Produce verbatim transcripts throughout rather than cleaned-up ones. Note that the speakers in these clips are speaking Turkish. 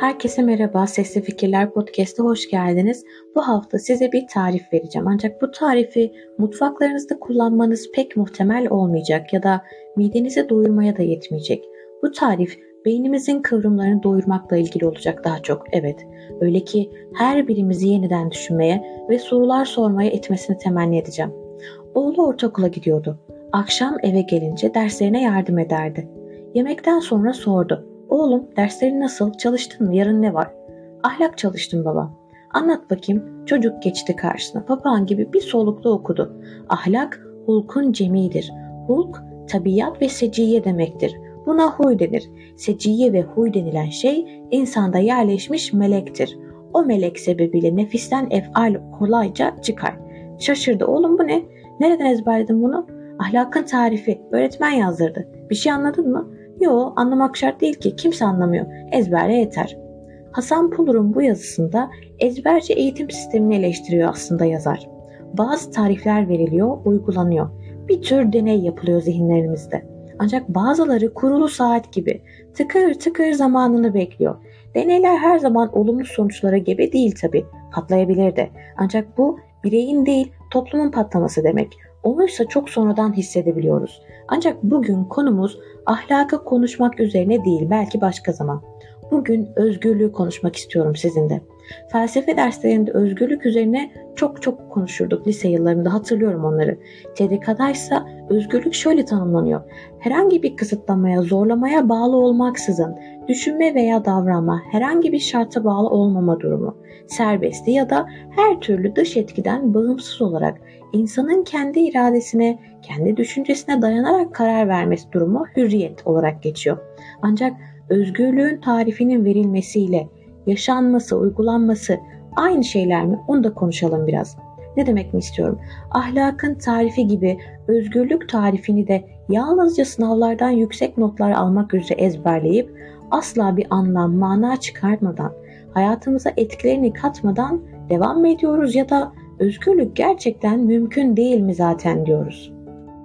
Herkese merhaba, Sesli Fikirler Podcast'a hoş geldiniz. Bu hafta size bir tarif vereceğim. Ancak bu tarifi mutfaklarınızda kullanmanız pek muhtemel olmayacak ya da midenizi doyurmaya da yetmeyecek. Bu tarif beynimizin kıvrımlarını doyurmakla ilgili olacak daha çok. Evet, öyle ki her birimizi yeniden düşünmeye ve sorular sormaya itmesini temenni edeceğim. Oğlu ortaokula gidiyordu. Akşam eve gelince derslerine yardım ederdi. Yemekten sonra sordu. Oğlum, derslerin nasıl? Çalıştın mı? Yarın ne var? Ahlak çalıştım baba. Anlat bakayım. Çocuk geçti karşısına. Papağan gibi bir solukta okudu. Ahlak hulkun cemidir. Hulk tabiat ve seciye demektir. Buna huy denir. Seciye ve huy denilen şey insanda yerleşmiş melektir. O melek sebebiyle nefisten ef'al kolayca çıkar. Şaşırdı. Oğlum bu ne? Nereden ezberledin bunu? Ahlakın tarifi. Öğretmen yazdırdı. Bir şey anladın mı? Yo, anlamak şart değil ki. Kimse anlamıyor. Ezberle yeter. Hasan Pulur'un bu yazısında ezberci eğitim sistemini eleştiriyor aslında yazar. Bazı tarifler veriliyor, uygulanıyor. Bir tür deney yapılıyor zihinlerimizde. Ancak bazıları kurulu saat gibi tıkır tıkır zamanını bekliyor. Deneyler her zaman olumlu sonuçlara gebe değil tabii. Patlayabilir de. Ancak bu bireyin değil, toplumun patlaması demek. Onuysa çok sonradan hissedebiliyoruz. Ancak bugün konumuz ahlakı konuşmak üzerine değil, belki başka zaman. Bugün özgürlüğü konuşmak istiyorum sizinle. Felsefe derslerinde özgürlük üzerine çok çok konuşurduk lise yıllarında, hatırlıyorum onları. T D K'daysa özgürlük şöyle tanımlanıyor. Herhangi bir kısıtlamaya, zorlamaya bağlı olmaksızın düşünme veya davranma, herhangi bir şarta bağlı olmama durumu. Serbestli ya da her türlü dış etkiden bağımsız olarak insanın kendi iradesine, kendi düşüncesine dayanarak karar vermesi durumu hürriyet olarak geçiyor. Ancak özgürlüğün tarifinin verilmesiyle yaşanması, uygulanması aynı şeyler mi? Onu da konuşalım biraz. Ne demek mi istiyorum? Ahlakın tarifi gibi özgürlük tarifini de yalnızca sınavlardan yüksek notlar almak üzere ezberleyip asla bir anlam, mana çıkartmadan, hayatımıza etkilerini katmadan devam mı ediyoruz ya da özgürlük gerçekten mümkün değil mi zaten diyoruz?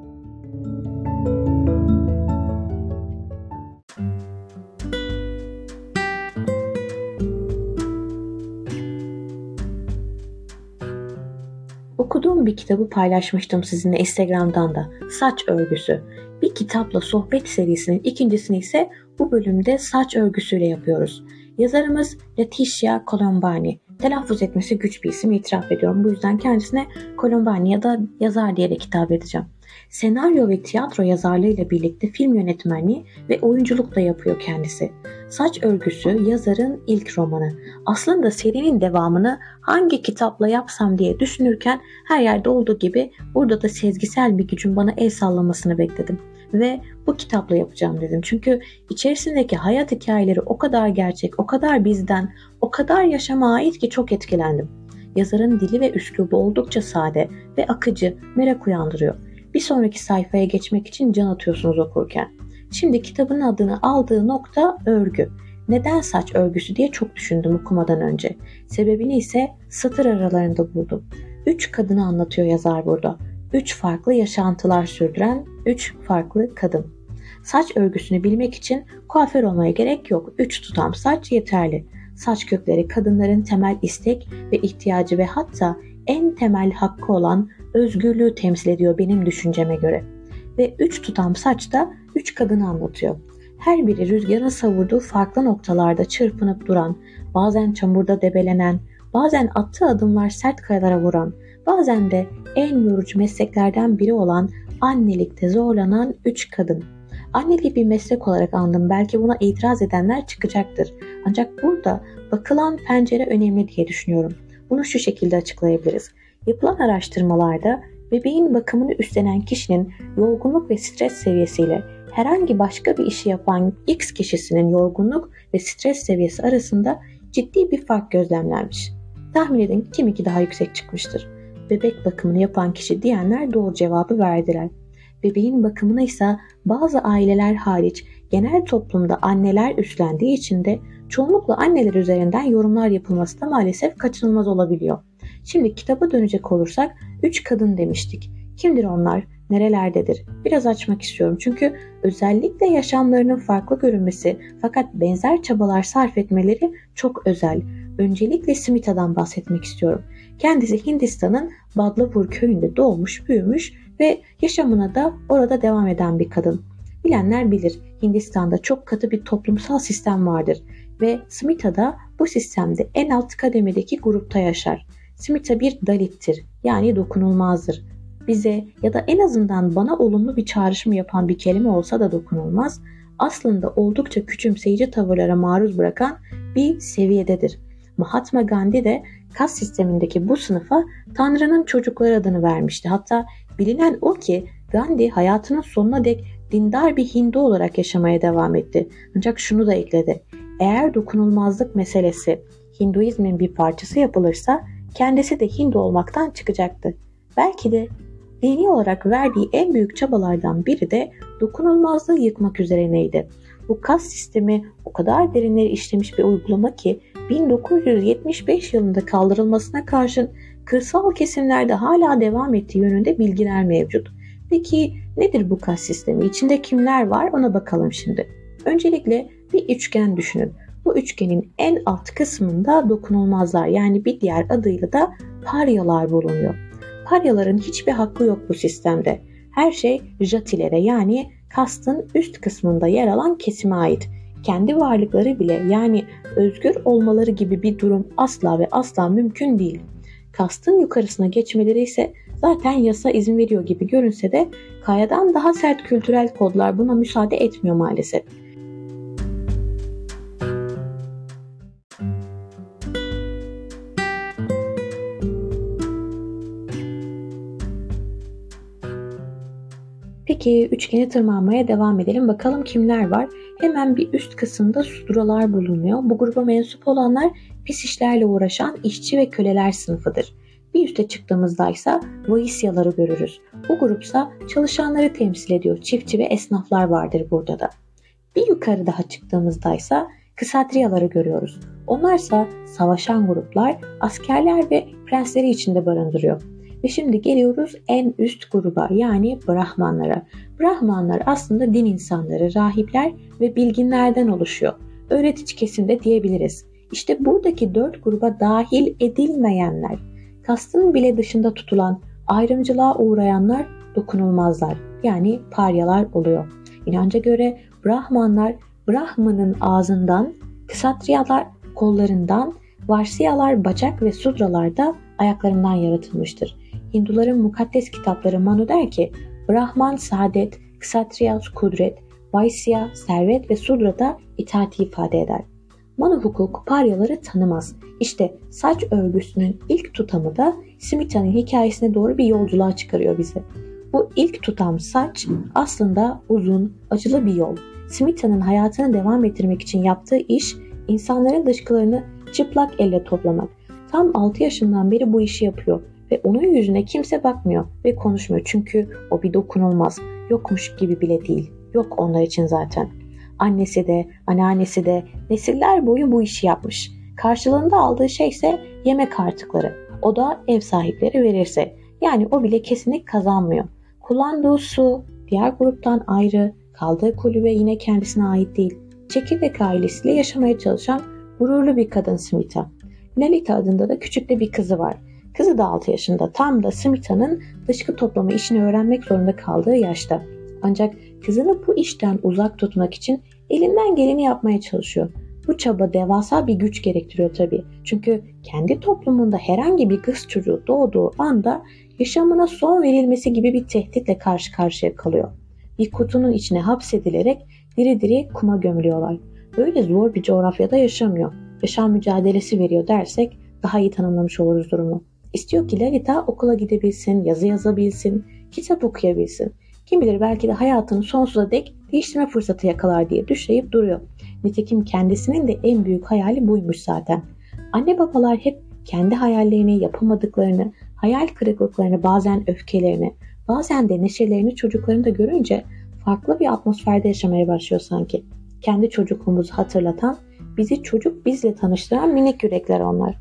Okuduğum bir kitabı paylaşmıştım sizinle Instagram'dan da. Saç örgüsü. Bir kitapla sohbet serisinin ikincisini ise bu bölümde saç örgüsüyle yapıyoruz. Yazarımız Letitia Colombani. Telaffuz etmesi güç bir isim, itiraf ediyorum. Bu yüzden kendisine Colombani ya da yazar diyerek hitap edeceğim. Senaryo ve tiyatro yazarlığıyla birlikte film yönetmenliği ve oyunculuk da yapıyor kendisi. Saç Örgüsü yazarın ilk romanı. Aslında serinin devamını hangi kitapla yapsam diye düşünürken her yerde olduğu gibi burada da sezgisel bir gücün bana el sallamasını bekledim. Ve bu kitapla yapacağım dedim. Çünkü içerisindeki hayat hikayeleri o kadar gerçek, o kadar bizden, o kadar yaşama ait ki çok etkilendim. Yazarın dili ve üslubu oldukça sade ve akıcı, merak uyandırıyor. Bir sonraki sayfaya geçmek için can atıyorsunuz okurken. Şimdi kitabın adını aldığı nokta örgü. Neden saç örgüsü diye çok düşündüm okumadan önce. Sebebini ise satır aralarında buldum. Üç kadını anlatıyor yazar burada. Üç farklı yaşantılar sürdüren üç farklı kadın. Saç örgüsünü bilmek için kuaför olmaya gerek yok. Üç tutam saç yeterli. Saç kökleri kadınların temel istek ve ihtiyacı ve hatta en temel hakkı olan özgürlüğü temsil ediyor benim düşünceme göre. Ve üç tutam saç da üç kadını anlatıyor. Her biri rüzgarın savurduğu farklı noktalarda çırpınıp duran, bazen çamurda debelenen, bazen attığı adımlar sert kayalara vuran, bazen de en yorucu mesleklerden biri olan annelikte zorlanan üç kadın. Anneliği bir meslek olarak andım. Belki buna itiraz edenler çıkacaktır. Ancak burada bakılan pencere önemli diye düşünüyorum. Bunu şu şekilde açıklayabiliriz. Yapılan araştırmalarda bebeğin bakımını üstlenen kişinin yorgunluk ve stres seviyesiyle herhangi başka bir işi yapan X kişisinin yorgunluk ve stres seviyesi arasında ciddi bir fark gözlemlenmiş. Tahmin edin kiminki daha yüksek çıkmıştır. Bebek bakımını yapan kişi diyenler doğru cevabı verdiler. Bebeğin bakımını ise bazı aileler hariç genel toplumda anneler üstlendiği için de çoğunlukla anneler üzerinden yorumlar yapılması da maalesef kaçınılmaz olabiliyor. Şimdi kitaba dönecek olursak üç kadın demiştik. Kimdir onlar? nerelerdedir? Biraz açmak istiyorum çünkü özellikle yaşamlarının farklı görünmesi fakat benzer çabalar sarf etmeleri çok özel. Öncelikle Smitha'dan bahsetmek istiyorum. Kendisi Hindistan'ın Badlapur köyünde doğmuş, büyümüş ve yaşamına da orada devam eden bir kadın. Bilenler bilir, Hindistan'da çok katı bir toplumsal sistem vardır ve Smitha da bu sistemde en alt kademedeki grupta yaşar. Smitha bir Dalit'tir, yani dokunulmazdır. Bize ya da en azından bana olumlu bir çağrışım yapan bir kelime olsa da dokunulmaz, aslında oldukça küçümseyici tavırlara maruz bırakan bir seviyededir. Mahatma Gandhi de kas sistemindeki bu sınıfa Tanrı'nın çocukları adını vermişti. Hatta bilinen o ki Gandhi hayatının sonuna dek dindar bir Hindu olarak yaşamaya devam etti. Ancak şunu da ekledi: eğer dokunulmazlık meselesi Hinduizmin bir parçası yapılırsa kendisi de Hindu olmaktan çıkacaktı. Belki de dini olarak verdiği en büyük çabalardan biri de dokunulmazlığı yıkmak üzerineydi. Bu kas sistemi o kadar derinleri işlemiş bir uygulama ki bin dokuz yüz yetmiş beş yılında kaldırılmasına karşın kırsal kesimlerde hala devam ettiği yönünde bilgiler mevcut. Peki nedir bu kas sistemi? İçinde kimler var? Ona bakalım şimdi. Öncelikle bir üçgen düşünün. Bu üçgenin en alt kısmında dokunulmazlar, yani bir diğer adıyla da paryalar bulunuyor. Paryaların hiçbir hakkı yok bu sistemde. Her şey jatilere, yani kastın üst kısmında yer alan kesime ait. Kendi varlıkları bile, yani özgür olmaları gibi bir durum asla ve asla mümkün değil. Kastın yukarısına geçmeleri ise zaten yasa izin veriyor gibi görünse de kayadan daha sert kültürel kodlar buna müsaade etmiyor maalesef. Peki üçgeni tırmanmaya devam edelim. Bakalım kimler var? Hemen bir üst kısımda Sudralar bulunuyor. Bu gruba mensup olanlar pis işlerle uğraşan işçi ve köleler sınıfıdır. Bir üste çıktığımızda ise Vaisyaları görürüz. Bu grupsa çalışanları temsil ediyor. Çiftçi ve esnaflar vardır burada da. Bir yukarı daha çıktığımızda ise Ksatriyaları görüyoruz. Onlarsa savaşan gruplar, askerler ve prensleri içinde barındırıyor. Ve şimdi geliyoruz en üst gruba, yani Brahmanlara. Brahmanlar aslında din insanları, rahipler ve bilginlerden oluşuyor. Öğretici kesimde diyebiliriz. İşte buradaki dört gruba dahil edilmeyenler, kastın bile dışında tutulan, ayrımcılığa uğrayanlar dokunulmazlar, yani paryalar oluyor. İnanca göre Brahmanlar Brahman'ın ağzından, Ksatriyalar kollarından, Varsyalar bacak ve Sudralar da ayaklarından yaratılmıştır. Hinduların mukaddes kitapları Manu der ki, Brahman saadet, Ksatriya kudret, Vaisya servet ve Sudra da itaati ifade eder. Manu hukuku paryaları tanımaz. İşte saç örgüsünün ilk tutamı da Smitha'nın hikayesine doğru bir yolculuğa çıkarıyor bizi. Bu ilk tutam saç aslında uzun, acılı bir yol. Smitha'nın hayatını devam ettirmek için yaptığı iş, insanların dışkılarını çıplak elle toplamak. Tam altı yaşından beri bu işi yapıyor ve onun yüzüne kimse bakmıyor ve konuşmuyor. Çünkü o bir dokunulmaz, yokmuş gibi bile değil. Yok onlar için zaten. Annesi de, anneannesi de nesiller boyu bu işi yapmış. Karşılığında aldığı şey ise yemek artıkları. O da ev sahipleri verirse. Yani o bile kesinlik kazanmıyor. Kullandığı su diğer gruptan ayrı, kaldığı kulübe yine kendisine ait değil. Çekirdek ailesiyle yaşamaya çalışan gururlu bir kadın Smitha. Lalita adında da küçük de bir kızı var. Kızı da altı yaşında, tam da Smitha'nın dışkı toplama işini öğrenmek zorunda kaldığı yaşta. Ancak kızını bu işten uzak tutmak için elinden geleni yapmaya çalışıyor. Bu çaba devasa bir güç gerektiriyor tabii. Çünkü kendi toplumunda herhangi bir kız çocuğu doğduğu anda yaşamına son verilmesi gibi bir tehditle karşı karşıya kalıyor. Bir kutunun içine hapsedilerek diri diri kuma gömülüyorlar. Böyle zor bir coğrafyada yaşamıyor. Yaşam mücadelesi veriyor dersek daha iyi tanımlamış oluruz durumu. İstiyor ki Lalita okula gidebilsin, yazı yazabilsin, kitap okuyabilsin. Kim bilir belki de hayatını sonsuza dek değiştirme fırsatı yakalar diye düşleyip duruyor. Nitekim kendisinin de en büyük hayali buymuş zaten. Anne babalar hep kendi hayallerini, yapamadıklarını, hayal kırıklıklarını, bazen öfkelerini, bazen de neşelerini çocuklarında görünce farklı bir atmosferde yaşamaya başlıyor sanki. Kendi çocukluğumuzu hatırlatan, bizi çocuk bizle tanıştıran minik yürekler onlar.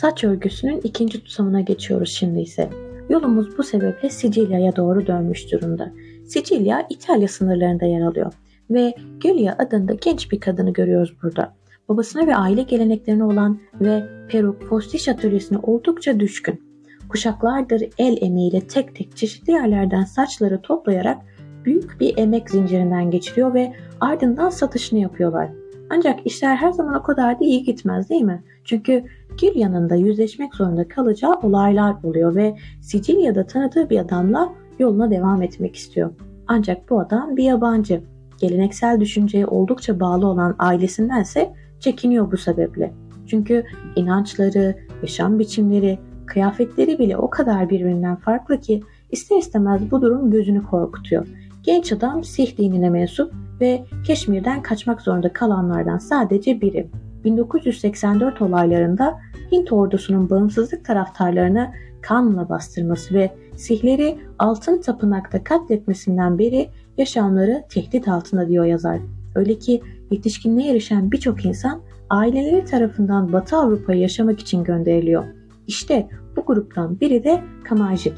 Saç örgüsünün ikinci tutamına geçiyoruz şimdi ise. Yolumuz bu sebeple Sicilya'ya doğru dönmüş durumda. Sicilya İtalya sınırlarında yer alıyor ve Giulia adında genç bir kadını görüyoruz burada. Babasına ve aile geleneklerine olan ve peruk, postiş atölyesine oldukça düşkün. Kuşaklardır el emeğiyle tek tek çeşitli yerlerden saçları toplayarak büyük bir emek zincirinden geçiriyor ve ardından satışını yapıyorlar. Ancak işler her zaman o kadar da iyi gitmez, değil mi? Çünkü Giulia'nın da yüzleşmek zorunda kalacağı olaylar oluyor ve Sicilya'da tanıdığı bir adamla yoluna devam etmek istiyor. Ancak bu adam bir yabancı. Geleneksel düşünceye oldukça bağlı olan ailesindense çekiniyor bu sebeple. Çünkü inançları, yaşam biçimleri, kıyafetleri bile o kadar birbirinden farklı ki ister istemez bu durum gözünü korkutuyor. Genç adam Sih dinine mensup ve Keşmir'den kaçmak zorunda kalanlardan sadece biri. bin dokuz yüz seksen dört olaylarında Hint ordusunun bağımsızlık taraftarlarını kanla bastırması ve Sihleri altın tapınakta katletmesinden beri yaşamları tehdit altında diyor yazar. Öyle ki yetişkinliğe erişen birçok insan aileleri tarafından Batı Avrupa'ya yaşamak için gönderiliyor. İşte bu gruptan biri de Kamarjit.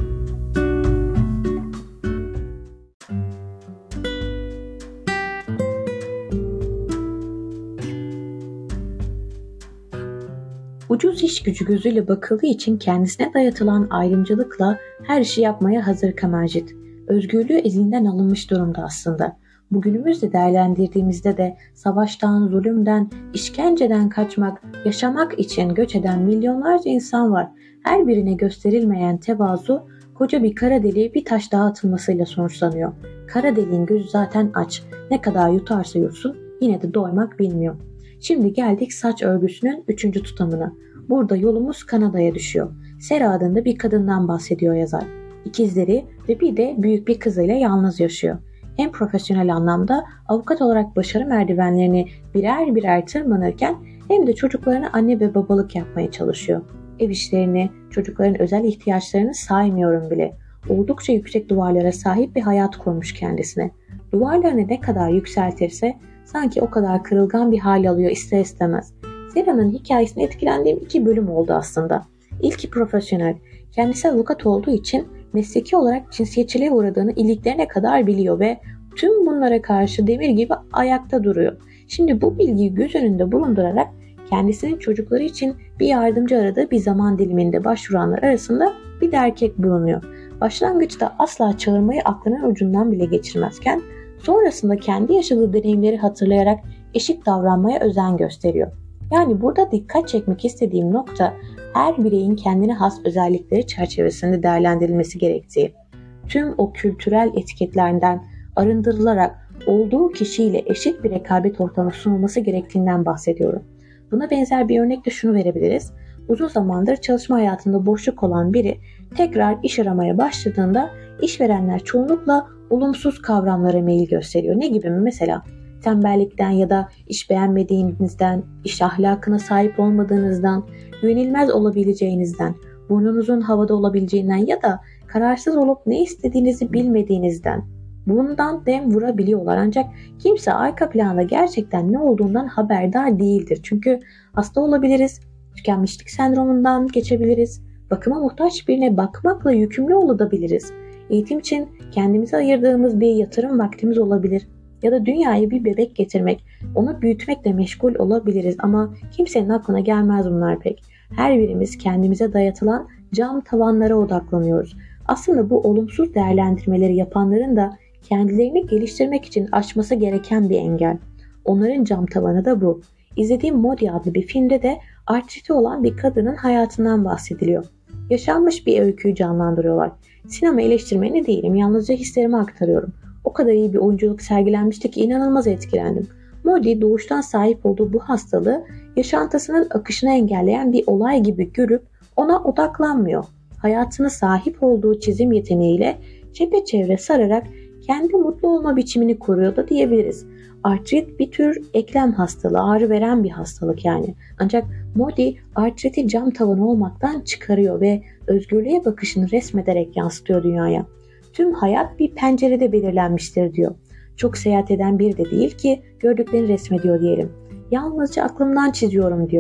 Ucuz iş gücü gözüyle bakıldığı için kendisine dayatılan ayrımcılıkla her işi yapmaya hazır Kamarjit. Özgürlüğü elinden alınmış durumda aslında. Bugünümüzde değerlendirdiğimizde de savaştan, zulümden, işkenceden kaçmak, yaşamak için göç eden milyonlarca insan var. Her birine gösterilmeyen tevazu koca bir kara deliğe bir taş daha atılmasıyla sonuçlanıyor. Kara deliğin gözü zaten aç. Ne kadar yutarsa yutsun yine de doymak bilmiyor. Şimdi geldik saç örgüsünün üçüncü tutamına. Burada yolumuz Kanada'ya düşüyor. Sera adında bir kadından bahsediyor yazar. İkizleri ve bir de büyük bir kızıyla yalnız yaşıyor. Hem profesyonel anlamda avukat olarak başarı merdivenlerini birer birer tırmanırken hem de çocuklarına anne ve babalık yapmaya çalışıyor. Ev işlerini, çocukların özel ihtiyaçlarını saymıyorum bile. Oldukça yüksek duvarlara sahip bir hayat kurmuş kendisine. Duvarlarını ne kadar yükseltirse sanki o kadar kırılgan bir hal alıyor ister istemez. Sera'nın hikayesine etkilendiğim iki bölüm oldu aslında. İlki profesyonel. Kendisi avukat olduğu için mesleki olarak cinsiyetçiliğe uğradığını iliklerine kadar biliyor ve tüm bunlara karşı demir gibi ayakta duruyor. Şimdi bu bilgiyi göz önünde bulundurarak kendisinin çocukları için bir yardımcı aradığı bir zaman diliminde başvuranlar arasında bir de erkek bulunuyor. Başlangıçta asla çağırmayı aklının ucundan bile geçirmezken sonrasında kendi yaşadığı deneyimleri hatırlayarak eşit davranmaya özen gösteriyor. Yani burada dikkat çekmek istediğim nokta her bireyin kendine has özellikleri çerçevesinde değerlendirilmesi gerektiği. Tüm o kültürel etiketlerden arındırılarak olduğu kişiyle eşit bir rekabet ortamı sunulması gerektiğinden bahsediyorum. Buna benzer bir örnek de şunu verebiliriz. Uzun zamandır çalışma hayatında boşluk olan biri tekrar iş aramaya başladığında işverenler çoğunlukla olumsuz kavramlara meyil gösteriyor. Ne gibi mi? Mesela tembellikten ya da iş beğenmediğinizden, iş ahlakına sahip olmadığınızdan, güvenilmez olabileceğinizden, burnunuzun havada olabileceğinden ya da kararsız olup ne istediğinizi bilmediğinizden bundan dem vurabiliyorlar. Ancak kimse arka planda gerçekten ne olduğundan haberdar değildir. Çünkü hasta olabiliriz, tükenmişlik sendromundan geçebiliriz, bakıma muhtaç birine bakmakla yükümlü olabiliriz. Eğitim için kendimize ayırdığımız bir yatırım vaktimiz olabilir. Ya da dünyaya bir bebek getirmek, onu büyütmekle meşgul olabiliriz ama kimsenin aklına gelmez bunlar pek. Her birimiz kendimize dayatılan cam tavanlara odaklanıyoruz. Aslında bu olumsuz değerlendirmeleri yapanların da kendilerini geliştirmek için aşması gereken bir engel. Onların cam tavanı da bu. İzlediğim Modi adlı bir filmde de artriti olan bir kadının hayatından bahsediliyor. Yaşanmış bir öyküyü canlandırıyorlar. Sinema eleştirmeni değilim, yalnızca hislerimi aktarıyorum. O kadar iyi bir oyunculuk sergilenmişti ki inanılmaz etkilendim. Modi doğuştan sahip olduğu bu hastalığı yaşantısının akışını engelleyen bir olay gibi görüp ona odaklanmıyor. Hayatını sahip olduğu çizim yeteneğiyle çepeçevre sararak kendi mutlu olma biçimini kuruyor da diyebiliriz. Artrit bir tür eklem hastalığı, ağrı veren bir hastalık yani. Ancak Modi artriti cam tavanı olmaktan çıkarıyor ve özgürlüğe bakışını resmederek yansıtıyor dünyaya. Tüm hayat bir pencerede belirlenmiştir diyor. Çok seyahat eden biri de değil ki gördüklerini resmediyor diyelim. Yalnızca aklımdan çiziyorum diyor.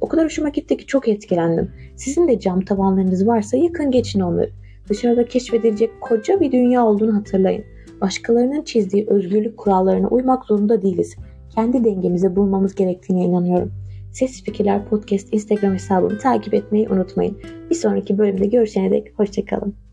O kadar hoşuma gitti ki çok etkilendim. Sizin de cam tavanlarınız varsa yakın geçin onları. Dışarıda keşfedilecek koca bir dünya olduğunu hatırlayın. Başkalarının çizdiği özgürlük kurallarına uymak zorunda değiliz. Kendi dengemizi bulmamız gerektiğine inanıyorum. Sessiz Fikirler Podcast Instagram hesabımı takip etmeyi unutmayın. Bir sonraki bölümde görüşene dek hoşça kalın.